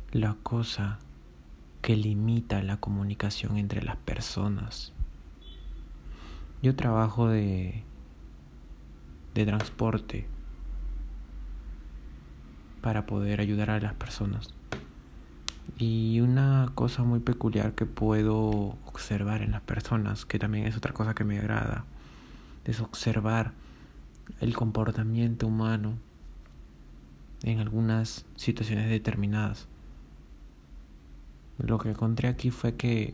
la cosa que limita la comunicación entre las personas. Yo trabajo de transporte para poder ayudar a las personas. Y una cosa muy peculiar que puedo observar en las personas, que también es otra cosa que me agrada, es observar el comportamiento humano en algunas situaciones determinadas. Lo que encontré aquí fue que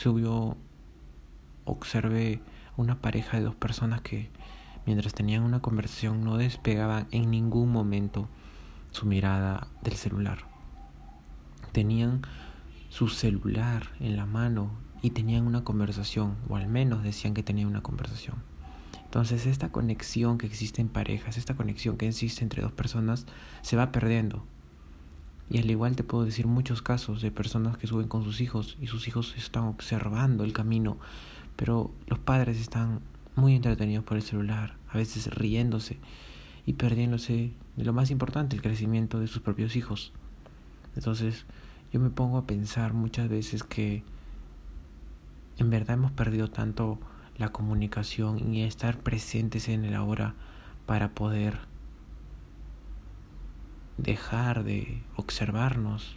observé una pareja de dos personas que mientras tenían una conversación no despegaban en ningún momento su mirada del celular. Tenían su celular en la mano y tenían una conversación, o al menos decían que tenían una conversación. Entonces esta conexión que existe en parejas, esta conexión que existe entre dos personas, se va perdiendo. Y al igual te puedo decir muchos casos de personas que suben con sus hijos y sus hijos están observando el camino, pero los padres están muy entretenidos por el celular, a veces riéndose y perdiéndose de lo más importante, el crecimiento de sus propios hijos. Entonces yo me pongo a pensar muchas veces que en verdad hemos perdido tanto la comunicación y estar presentes en el ahora para poder dejar de observarnos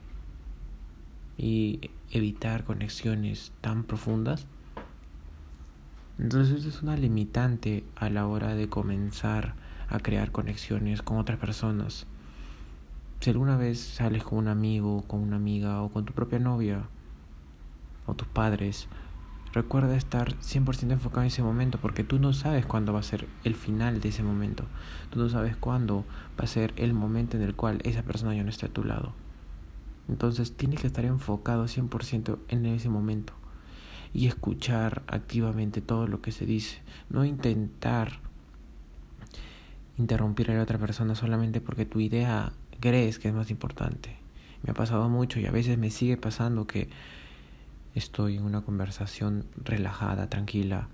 y evitar conexiones tan profundas. Entonces es una limitante a la hora de comenzar a crear conexiones con otras personas. Si alguna vez sales con un amigo, con una amiga o con tu propia novia o tus padres, recuerda estar 100% enfocado en ese momento, porque tú no sabes cuándo va a ser el final de ese momento. Tú no sabes cuándo va a ser el momento en el cual esa persona ya no está a tu lado. Entonces tienes que estar enfocado 100% en ese momento y escuchar activamente todo lo que se dice. No intentar interrumpir a la otra persona solamente porque tu idea crees que es más importante. Me ha pasado mucho y a veces me sigue pasando que estoy en una conversación relajada, tranquila,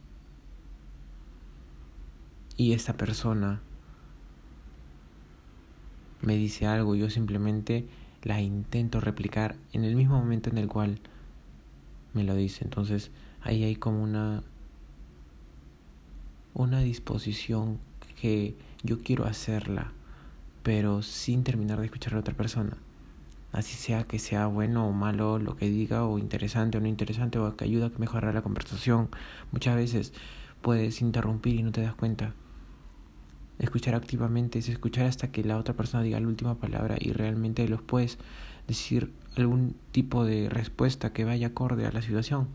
y esta persona me dice algo y yo simplemente la intento replicar en el mismo momento en el cual me lo dice. Entonces ahí hay como una disposición que yo quiero hacerla, pero sin terminar de escuchar a la otra persona. Así sea que sea bueno o malo lo que diga, o interesante o no interesante, o que ayuda a mejorar la conversación. Muchas veces puedes interrumpir y no te das cuenta. Escuchar activamente es escuchar hasta que la otra persona diga la última palabra y realmente los puedes decir algún tipo de respuesta que vaya acorde a la situación.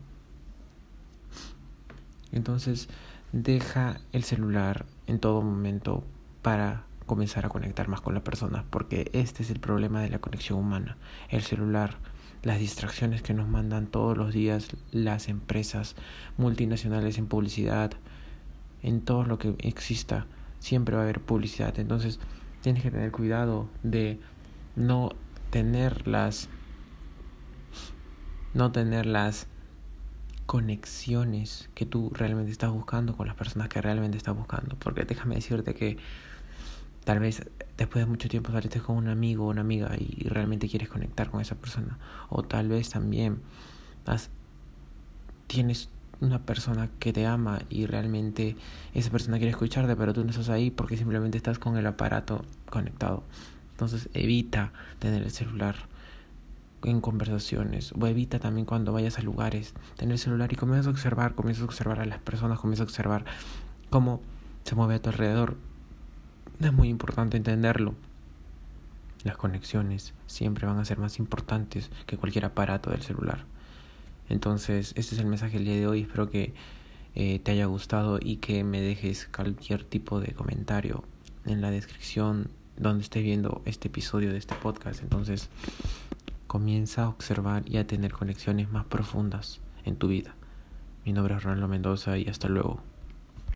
Entonces deja el celular en todo momento para comenzar a conectar más con la persona, porque este es el problema de la conexión humana: el celular, las distracciones que nos mandan todos los días las empresas multinacionales en publicidad, en todo lo que exista siempre va a haber publicidad. Entonces tienes que tener cuidado de no tener las conexiones que tú realmente estás buscando con las personas que realmente estás buscando. Porque déjame decirte que tal vez después de mucho tiempo saliste con un amigo o una amiga y realmente quieres conectar con esa persona. O tal vez también tienes una persona que te ama y realmente esa persona quiere escucharte, pero tú no estás ahí porque simplemente estás con el aparato conectado. Entonces evita tener el celular en conversaciones, o evita también cuando vayas a lugares tener el celular y comienzas a observar a las personas, comienzas a observar cómo se mueve a tu alrededor. Es muy importante entenderlo. Las conexiones siempre van a ser más importantes que cualquier aparato del celular. Entonces este es el mensaje del día de hoy. Espero que te haya gustado y que me dejes cualquier tipo de comentario en la descripción donde estés viendo este episodio de este podcast. Entonces comienza a observar y a tener conexiones más profundas en tu vida. Mi nombre es Ronaldo Mendoza y hasta luego.